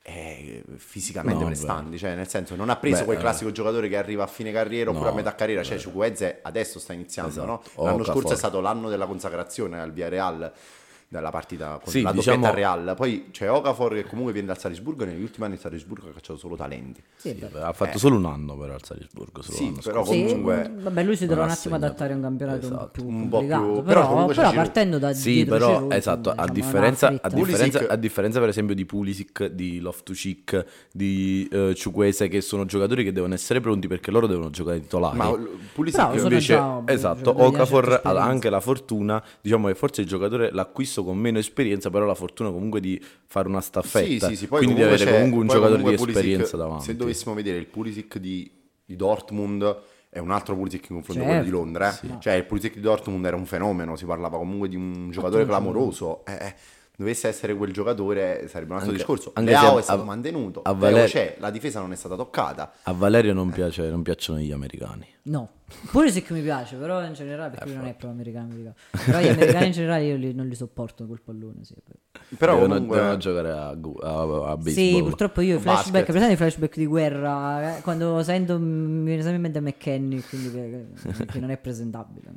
e fisicamente No, prestanti, cioè nel senso non ha preso quel classico giocatore che arriva a fine carriera oppure a metà carriera, cioè Ciukweze adesso sta iniziando, Esatto. no? L'anno Okafor. scorso è stato l'anno della consacrazione al Villarreal, dalla partita con Sì, la diciamo- doppietta al Real. Poi c'è Okafor che comunque viene dal Salisburgo e negli ultimi anni il Salisburgo ha cacciato solo talenti. Sì, beh. Ha fatto solo un anno però al Salisburgo, solo Sì, l'anno però scorso. Sì, comunque vabbè, lui si dovrà non un ha attimo segnato. adattare a un campionato un po' Esatto. più Un po' complicato. più- Però, però comunque c'è Giroud. partendo da Sì, dietro però Giroud, esatto, insomma, a una differenza, fretta. Pulisic- a differenza per esempio di Pulisic, di Loftus-Cheek, di Chukwueze, che sono giocatori che devono essere pronti perché loro devono giocare titolari. Ma Pulisic Bravo, sono Invece, già esatto, giocatori di una certa Okafor ha esperienza. anche la fortuna, diciamo che forse il giocatore l'acquisto con meno esperienza, però la fortuna comunque di fare una staffetta, sì, poi quindi di comunque avere c'è- comunque un poi giocatore comunque di Pulisic, esperienza davanti. Se dovessimo vedere il Pulisic di Dortmund è un altro Pulisic in confronto a Certo, quello di Londra. Cioè il Pulisic di Dortmund era un fenomeno, si parlava comunque di un giocatore clamoroso. Dovesse essere quel giocatore sarebbe un altro discorso. anche Leao se è stato mantenuto, a Leo Valer- c'è, la difesa non è stata toccata. A Valerio non piacciono gli americani. No, pure se che mi piace, però in generale perché lui non è proprio americano. Però gli americani in generale io non li sopporto col pallone. Sì, Però devono comunque giocare a baseball. sì, purtroppo io i flashback, basket. presente i flashback di guerra, quando sento mi viene sempre in mente McKenny, quindi che non è presentabile.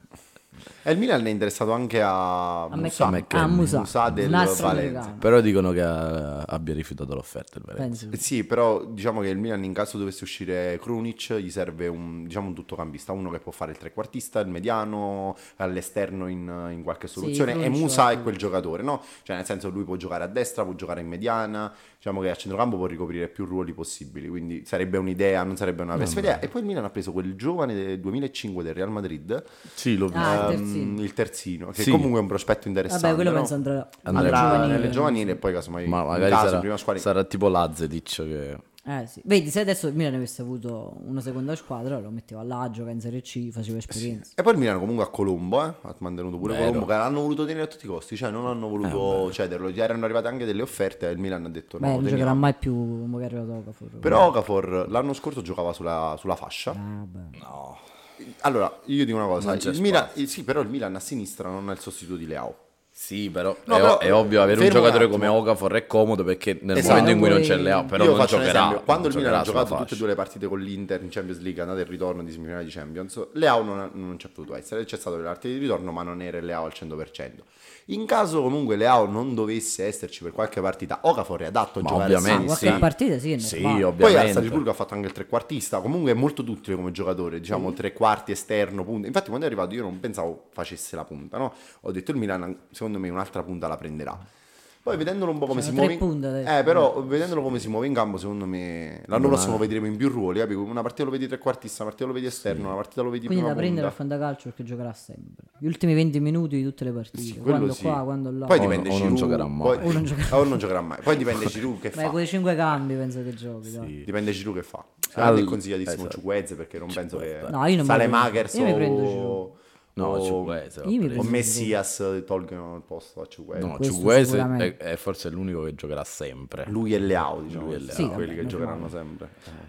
e il Milan è interessato anche a Musa, Musa del un astro Valencia. americano, Però dicono che abbia rifiutato l'offerta il Valencia. penso. Sì, però diciamo che il Milan in caso dovesse uscire Krunic gli serve un tuttocampista, uno che può fare il trequartista, il mediano, all'esterno in qualche soluzione, e Krunic Musa va- è quel giocatore, no? Cioè nel senso lui può giocare a destra, può giocare in mediana, diciamo che a centrocampo può ricoprire più ruoli possibili, quindi sarebbe un'idea, non sarebbe una pessima idea. E poi il Milan ha preso quel giovane del 2005 del Real Madrid, Sì, l'ho visto. Ah, il terzino. il terzino, che Sì. comunque è un prospetto interessante. Vabbè, quello no? penso andrà Andrà nelle giovanili e poi casomai Ma in magari caso, prima squadra. sarà tipo Lazetic che... sì. Vedi, se adesso il Milan avesse avuto una seconda squadra, lo metteva là, gioca in Serie C, faceva esperienza. E poi il Milano comunque a Colombo, ha mantenuto pure Vero. Colombo, che l'hanno voluto tenere a tutti i costi, cioè non hanno voluto cederlo, gli erano arrivate anche delle offerte e il Milan ha detto Beh, no, non teniamo. giocherà mai più magari a Okafor. Però Okafor l'anno scorso giocava sulla fascia. Vabbè. No. Allora, io dico una cosa, Non c'è il Milan, sì, però il Milan a sinistra non è il sostituto di Leao. Sì, però, No, è, però, è ovvio avere un fermo un giocatore attimo. come Okafor è comodo perché nel Esatto. momento in cui non c'è Poi- Leao, però Io non faccio un giocherà. esempio, quando il non Milan ha giocherà giocato sulla tutte e fascia. due le partite con l'Inter in Champions League, andate e ritorno di semifinale di Champions, Leao non c'è potuto essere, c'è stato le partite di ritorno, ma non era il Leao al 100%. In caso comunque Leao non dovesse esserci per qualche partita, Okafor è adatto a Ma giocare a ovviamente sinistra. Qualche partita sì, è Sì, normale. Poi al ovviamente. Salisburgo ha fatto anche il trequartista, comunque è molto duttile come giocatore, diciamo tre quarti, esterno, punta. Infatti quando è arrivato io non pensavo facesse la punta, no? Ho detto il Milan secondo me un'altra punta la prenderà. Poi vedendolo un po' come Sono si tre muove, punte adesso. però vedendolo come si muove in campo, secondo me l'anno prossimo lo vedremo in più ruoli, capi? Una partita lo vedi trequartista, una partita lo vedi esterno, una partita lo vedi Quindi prima da prendere al punta. fantacalcio perché giocherà sempre. Gli ultimi 20 minuti di tutte le partite. Quello Quando sì. qua, quando là. Poi O dipende non Giroud, giocherà mai. poi- O non giocherà- o non giocherà mai. Poi dipende Giroud che Beh, fa. quei 5 cambi penso che giochi. dai. Dipende Giroud che fa. Al- È consigliatissimo esatto. Chukwueze perché non penso che No, io non Sale me lo prendo. Makers Io mi prendo o No, Chukwueze. Io mi o prendo Messias tolgono il posto a Chukwueze. No, Questo Chukwueze sicuramente. è forse l'unico che giocherà sempre. Lui e Leao, diciamo, Lui e sono Leao. quelli Sì, che vabbè, giocheranno normale. sempre.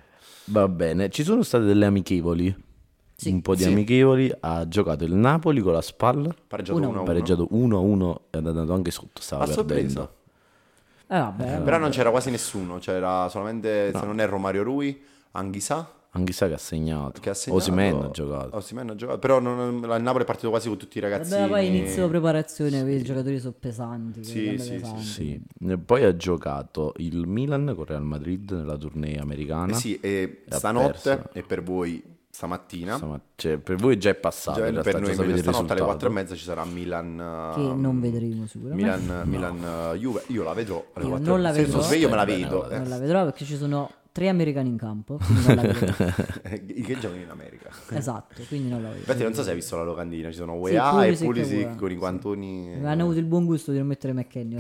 Va bene, ci sono state delle amichevoli. Sì. Un po' di Sì. amichevoli. Ha giocato il Napoli con la SPAL. Pareggiato 1-1. 1-1. Pareggiato 1-1 ed è andato anche sotto. Stava A perdendo. sorpresa. Vabbè. Però non c'era quasi nessuno, c'era solamente, se non è Romario Rui, Anghisa Anche che ha segnato. che ha segnato. Osimhen ha giocato. Osimhen ha giocato, però il Napoli è partito quasi con tutti i ragazzini. Vabbè, poi inizio preparazione, i giocatori sono pesanti. Sì, gambe sì, pesanti. Sì. E poi ha giocato il Milan con Real Madrid nella tournée americana. Sì, e ha stanotte perso. e per voi stamattina, Insomma, cioè, per voi già è passato. già in realtà, per già noi sapete invece il stanotte alle risultato. 4:30 ci sarà Milan Che non vedremo sicuramente. Milan Juve. Io la vedrò alle Io 4:30. non la Se vedrò. sono sveglio me la Bene, vedo. vabbè. Non la vedrò perché ci sono 3 americani in campo. Quindi non la vedrò. Che giocano in America. Esatto, quindi non la vedrò. Infatti non so se hai visto la locandina, ci sono Sì, UEA e Pulisic e Pulisic UEA. con i guantoni. Hanno avuto il buon gusto di non mettere McKenny.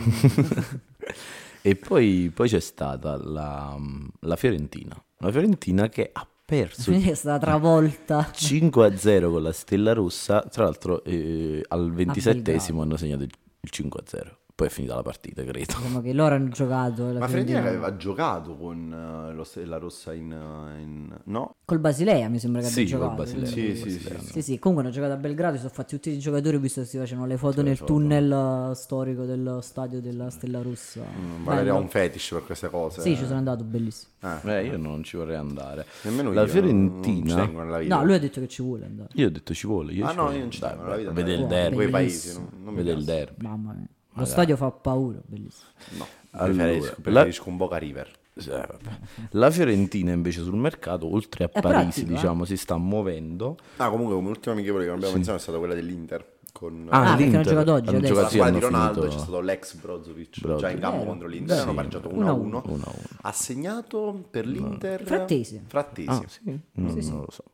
E poi c'è stata la Fiorentina. La Fiorentina che ha perso Quindi è stata travolta. 5-0 con la Stella Rossa. Tra l'altro al 27esimo hanno segnato il 5-0. Poi è finita la partita, credo. Diciamo che loro hanno giocato. La Ma Fiorentina che Fiorentina aveva giocato con lo Stella Rossa no? col Basilea mi sembra che Sì, abbia col giocato. Basilea. quindi- Sì. Sì, sì, comunque hanno giocato a Belgrado, si sono fatti tutti i giocatori, visto che si facevano le foto nel tunnel storico del stadio della Stella Rossa. Valeria ha Bello. un fetish per queste cose. Sì, ci sono andato, bellissimo. Io non ci vorrei andare. Nemmeno La io. Fiorentina. Non ci tengo nella vita. No, lui ha detto che ci vuole andare. Io ho detto ci vuole. Ah ci no, voglio io non ci andare. tengo nella vita. Vede il Wow, derby. Quei paesi, bellissimo. non mi Vede il piace. derby. Mamma mia. Lo stadio fa paura, bellissimo. No, Allora, preferisco un Boca River. Vabbè. La Fiorentina invece sul mercato, oltre a È Parisi, pratico, diciamo, si sta muovendo. Comunque come ultima amichevole che non abbiamo menzionato è stata quella dell'Inter. Con perché hanno giocato oggi, hanno adesso. con la giocato, sì, squadra di hanno Ronaldo finito- c'è stato l'ex Brozovic già Brozovic. in campo Vero. contro l'Inter, hanno pareggiato 1-1. 1-1. Ha segnato per l'Inter Frattesi. Ah, sì? Non lo so.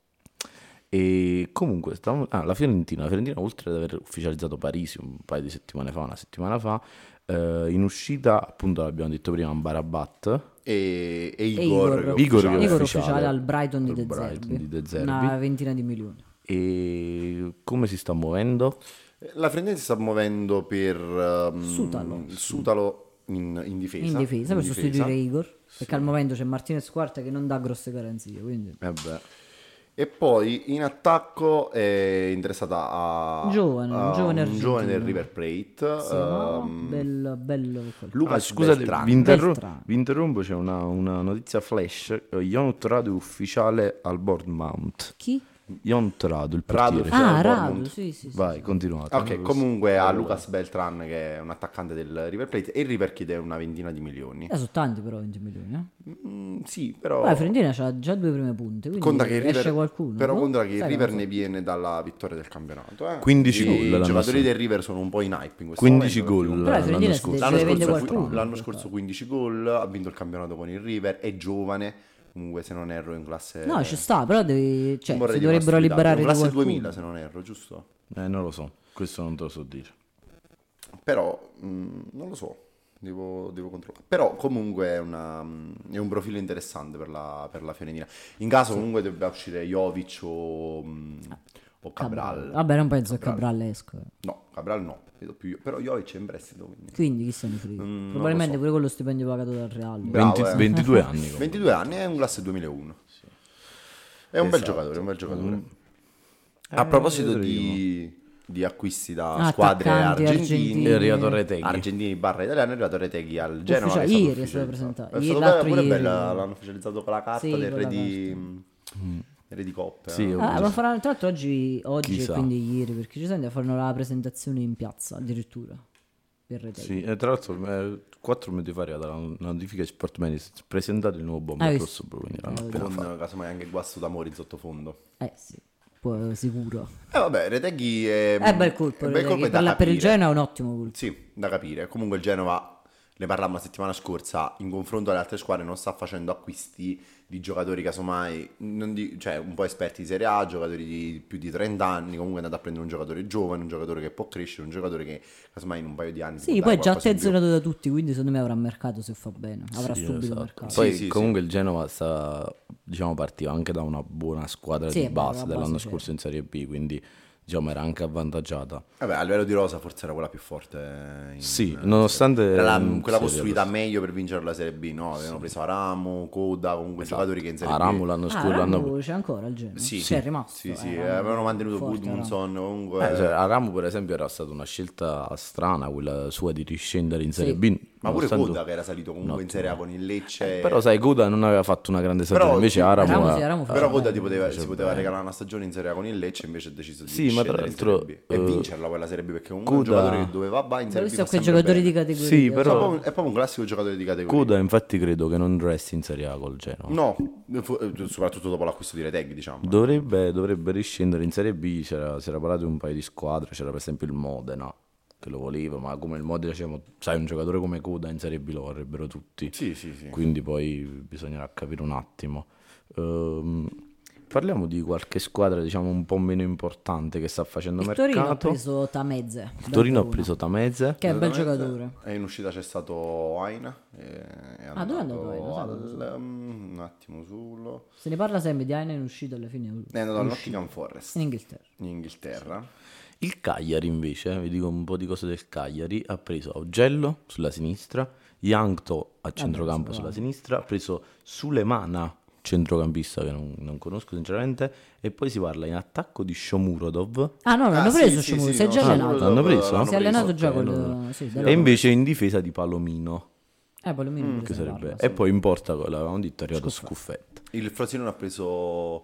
E comunque, la Fiorentina, oltre ad aver ufficializzato Parisi un paio di settimane fa, una settimana fa, in uscita, appunto l'abbiamo detto prima, Barabat, e Igor. Igor che è Igor ufficiale ufficiale al Brighton di al De Brighton Zerbi. di De Zerbi. Una ventina di milioni. E come si sta muovendo? La Fiorentina si sta muovendo per Sutalo in difesa. In difesa per sostituire Igor. Perché al momento c'è Martinez Quarta che non dà grosse garanzie. Quindi. E poi in attacco è interessata a Un giovane un argentino. giovane del River Plate, Sì, no? bello. Lucas Scusate, Beltrán. Beltrán. vi interrompo, c'è una notizia flash. Jon Torado è ufficiale al Bournemouth. Chi? Jon Torado, il Radu, portiere. sì. al Radu, Bournemouth. sì. Vai, continuate. Ok, comunque a Lucas Beltran che è un attaccante del River Plate e il River chiede una ventina di milioni. Sono tanti però 20 milioni. Sì, però La Fiorentina c'ha già 2 prime punte, quindi conta che il esce River, qualcuno. però no? conta che il Sai River cosa? ne viene dalla vittoria del campionato. 15 Quindi gol i l'anno giocatori scorso. del River sono un po' in hype in questo 15 momento, gol Però la Fiorentina l'anno si scorso. deve vendere qualcuno. L'anno scorso 15 gol, ha vinto il campionato con il River, è giovane, comunque se non erro in classe... No, ci sta, però devi, cioè, non vorrei si dire dovrebbero una stupidata, liberare in di classe qualcuno. 2000 se non erro, giusto? Non lo so, questo non te lo so dire. Però non lo so, devo controllare. Però comunque è un profilo interessante per la Fiorentina. In caso comunque dovrebbe uscire Jovic o Cabral. Vabbè, non penso che Cabral esca. No, Cabral no, vedo più io. Però Jovic è in prestito, quindi. Quindi chi se ne frega. non Probabilmente lo so. pure con lo stipendio pagato dal Real. Bravo, 22 anni comunque. 22 anni, è un classe 2001. È un bel giocatore, è un bel giocatore. A proposito di acquisti da squadre Attaccanti argentini, È arrivato Reteghi. argentini barra italiano, è arrivato Reteghi al Genoa. Ufficiale, che ieri è stato stato presentato. È stato L'altro pure ieri. bello, l'hanno ufficializzato con la carta Sì, del con re la di coppe. Sì, Ma faranno tra l'altro oggi Chissà. e quindi ieri, perché ci sente fanno la presentazione in piazza addirittura per Reteghi. Sì, e tra l'altro 4 minuti fa è arrivata la notifica di Sport Medicine, presentato il nuovo bomber visto? rosso blu, quindi l'hanno appena Con fatto. casomai anche Guasto d'Amore in sottofondo. Sì, sicuro. Vabbè, Reteghi è Bel colpo, bel Reteghi. colpo e per, da per il capire. Genoa è un ottimo colpo. Sì, da capire. Comunque il Genova, ne parlavamo la settimana scorsa, in confronto alle altre squadre non sta facendo acquisti di giocatori casomai, cioè un po' esperti di Serie A, giocatori di più di 30 anni, comunque è andato a prendere un giocatore giovane, un giocatore che può crescere, un giocatore che casomai in un paio di anni... Sì, può poi dare già qualcosa in più. attenzionato da tutti, quindi secondo me avrà mercato se fa bene. Avrà Sì, subito esatto. mercato. Poi Sì, comunque il Genova diciamo, partiva anche da una buona squadra Sì, di beh, base la dell'anno base scorso in Serie B, quindi diciamo era anche avvantaggiata. Vabbè, a livello di rosa forse era quella più forte. Sì, nonostante Era in quella Serie costruita B. meglio per vincere la Serie B, no? Avevano preso Aramu, Coda, comunque giocatori che in Serie B... Aramu l'anno scorso Ramu c'è ancora il Genoa? Sì, C'è rimasto. Sì, Ramu. avevano mantenuto Forte, Gudmundsson, comunque... Cioè, Aramu per esempio era stata una scelta strana quella sua di riscendere in Serie Sì. B. Ma pure nonostante- Coda che era salito comunque in Serie A con il Lecce... Però sai, Coda non aveva fatto una grande stagione, Però- invece sì, Aramu Aramu ha- sì, Aramu Però Coda bene. si poteva regalare una stagione in Serie A con il Lecce, invece ha deciso di Sì, ma tra scendere in l'altro, Serie B. E vincerla quella Serie B, perché comunque è un Coda- giocatore che dove va in Ho Serie B visto fa quei sempre giocatori di bene. categoria. Sì, però- È proprio un classico giocatore di categoria. Coda infatti credo che non resti in Serie A col Genoa. No, soprattutto dopo l'acquisto di Reteghi, diciamo. Dovrebbe riscendere in Serie B, si era parlato di un paio di squadre, c'era per esempio il Modena che lo voleva, ma come il Modena diciamo, sai, un giocatore come Coda in Serie B lo vorrebbero tutti. Sì. Quindi poi bisognerà capire un attimo. Parliamo di qualche squadra diciamo un po' meno importante che sta facendo Il mercato. Torino ha preso Tameze. Il Torino ha preso Tameze. Che è un bel Esattamente. giocatore. E in uscita c'è stato Aina. Dove è andato Aina? un attimo solo. Se ne parla sempre di Aina in uscita alla fine. È andato al Nottingham Forest In Inghilterra. in Inghilterra. Il Cagliari invece, vi dico un po' di cose del Cagliari, ha preso Augello sulla sinistra, Yankto a centrocampo sulla sinistra, ha preso Sulemana, centrocampista che non conosco sinceramente, e poi si parla in attacco di Shomurodov, Ah no, l'hanno sì, preso sì, Shomuro, sì, si è no, già Shomuro allenato. L'hanno preso? Si è allenato ok, già allora. e invece in difesa di Palomino, Poi lui mi che se ne sarebbe, parla, e sì. poi in porta, l'avevamo detto, è arrivato Scuffetta. Il Frosinone ha preso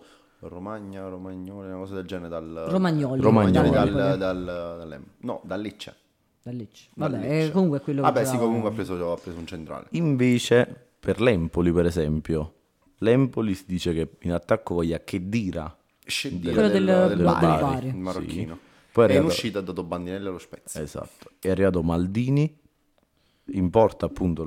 Romagnoli, una cosa del genere dal Romagnoli. Romagnoli. dal Lecce. Da Lecce. Da Vabbè, Lecce. comunque è quello che Vabbè, sì, giocava- comunque ha preso un centrale. Invece, per l'Empoli, per esempio, l'Empoli si dice che in attacco voglia Khedira. Quello del Bari. il marocchino. Sì. Poi è è in arrivato- uscita, ha dato Bandinelli allo Spezia. Esatto. È arrivato Maldini. In porta appunto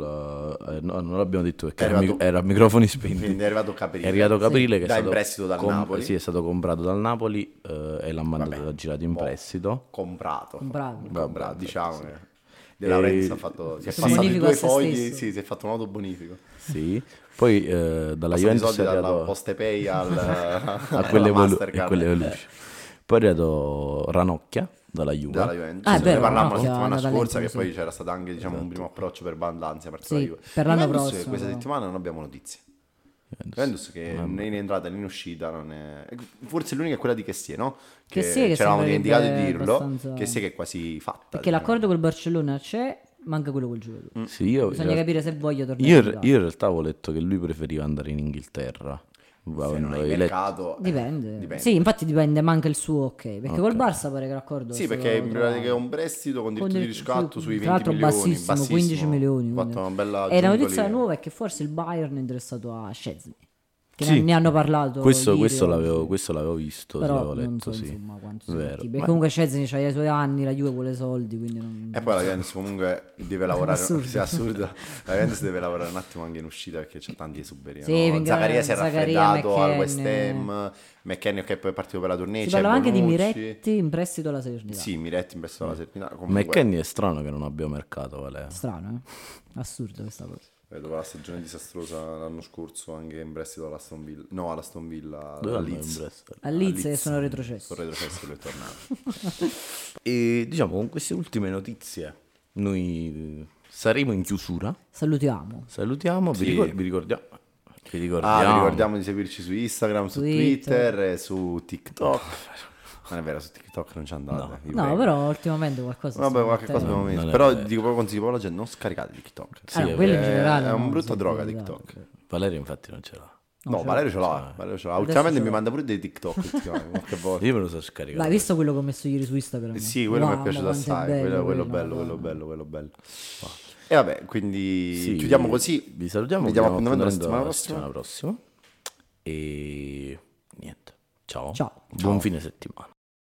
no, non l'abbiamo detto perché era a microfoni spenti. Quindi è arrivato Caprile. È arrivato Caprile che è Da stato in prestito dal Napoli. Sì, è stato comprato dal Napoli e l'ha mandato da girato in prestito. Comprato, Comprato. diciamo che De Laurentiis si è passato Bonifico due a se fogli, stesso. sì, si è fatto un autobonifico. Sì. Poi dalla Passano i Juventus soldi è dalla arrivato Postepay a alla quelle Mastercard. quelle veloci. Poi è arrivato Ranocchia dalla Juve. Dalla Juventus. Ah, è Ne vero, parlammo la Ranocchia settimana da scorsa Lempoli, che sì. poi c'era stato anche diciamo, un primo approccio per Bandanza verso la Sì, Juve. per l'anno Juventus, prossimo, questa però. settimana non abbiamo notizie. Juventus che né in entrata né in uscita non è... Forse l'unica è quella di Kessie, no? Kessie che ci eravamo sembrerebbe dimenticato di dirlo. abbastanza- Kessie che è quasi fatta. Perché diciamo. l'accordo col Barcellona c'è, manca quello col Juve. Sì, io, Bisogna capire se voglio tornare io in Italia. in realtà avevo letto che lui preferiva andare in Inghilterra. Se non hai Avevi letto- mercato... Dipende. Sì, infatti dipende, manca il suo ok. Perché col Barça pare che l'accordo Sì, è stato perché mi pare trovato. che è un prestito con diritto Con di del- riscatto sì, sui tra 20 l'altro milioni. bassissimo, 15 milioni. Ha fatto quindi. una bella E la giungla notizia lì. nuova è che forse il Bayern è interessato a Szczesny. Che Sì. ne hanno parlato Questo ieri, oggi. questo l'avevo visto, sì, Però avevo non letto, so sì. insomma quanto sia Vero. fattibile. Ma- Comunque Szczesny c'ha i suoi anni, la Juve vuole soldi, quindi non... E poi la Juventus comunque deve lavorare, Assurdo. sì, assurdo. La Juventus deve lavorare un attimo anche in uscita perché c'ha tanti esuberi. Sì, no? finché- Zaccaria si è Zaccaria, raffreddato al McKennie. West Ham, McKennie che poi è partito per la tournée, Si c'è parlava anche di Bonucci. Miretti in prestito alla Salernitana. Sì, Miretti in prestito alla Salernitana. Comunque, McKennie è strano che non abbia mercato, Vale. Strano, Assurdo questa cosa. dopo la stagione disastrosa l'anno scorso anche in prestito all'Aston Villa. No, all'Aston Villa, Dove al hanno Leeds. in Brest? A Leeds e sono retrocessi. Sono retrocesso lui è tornato. E diciamo con queste ultime notizie noi saremo in chiusura. Salutiamo. Salutiamo, Sì. vi ricordiamo. Vi Vi ricordiamo. ricordiamo di seguirci su Instagram, su Twitter. Twitter e su TikTok. Non è vero, su TikTok non ci andate. vi No, prego. però ultimamente qualcosa Vabbè, si qualche mette- cosa abbiamo messo. non è Però vero. dico proprio consiglio proprio alla gente, non scaricate TikTok. Sì, no, è quello in vero. generale È no, una brutta sì, droga sì, TikTok. Valerio infatti non ce l'ha. No, Valerio ce l'ha. Valerio ce l'ha. Adesso Ultimamente ce mi l'ha. manda pure dei TikTok ultimamente, qualche volta. Io me lo so scaricare. L'hai visto quello che ho messo ieri su Instagram? Sì, quello mi è Wow, piaciuto ma quanto è assai. Quello bello, Madonna. quello bello. E vabbè, quindi Sì, chiudiamo così. Vi salutiamo. Vi diamo vi diamo appuntamento la appuntamento settimana prossima. E niente. Ciao. Ciao. Buon fine settimana.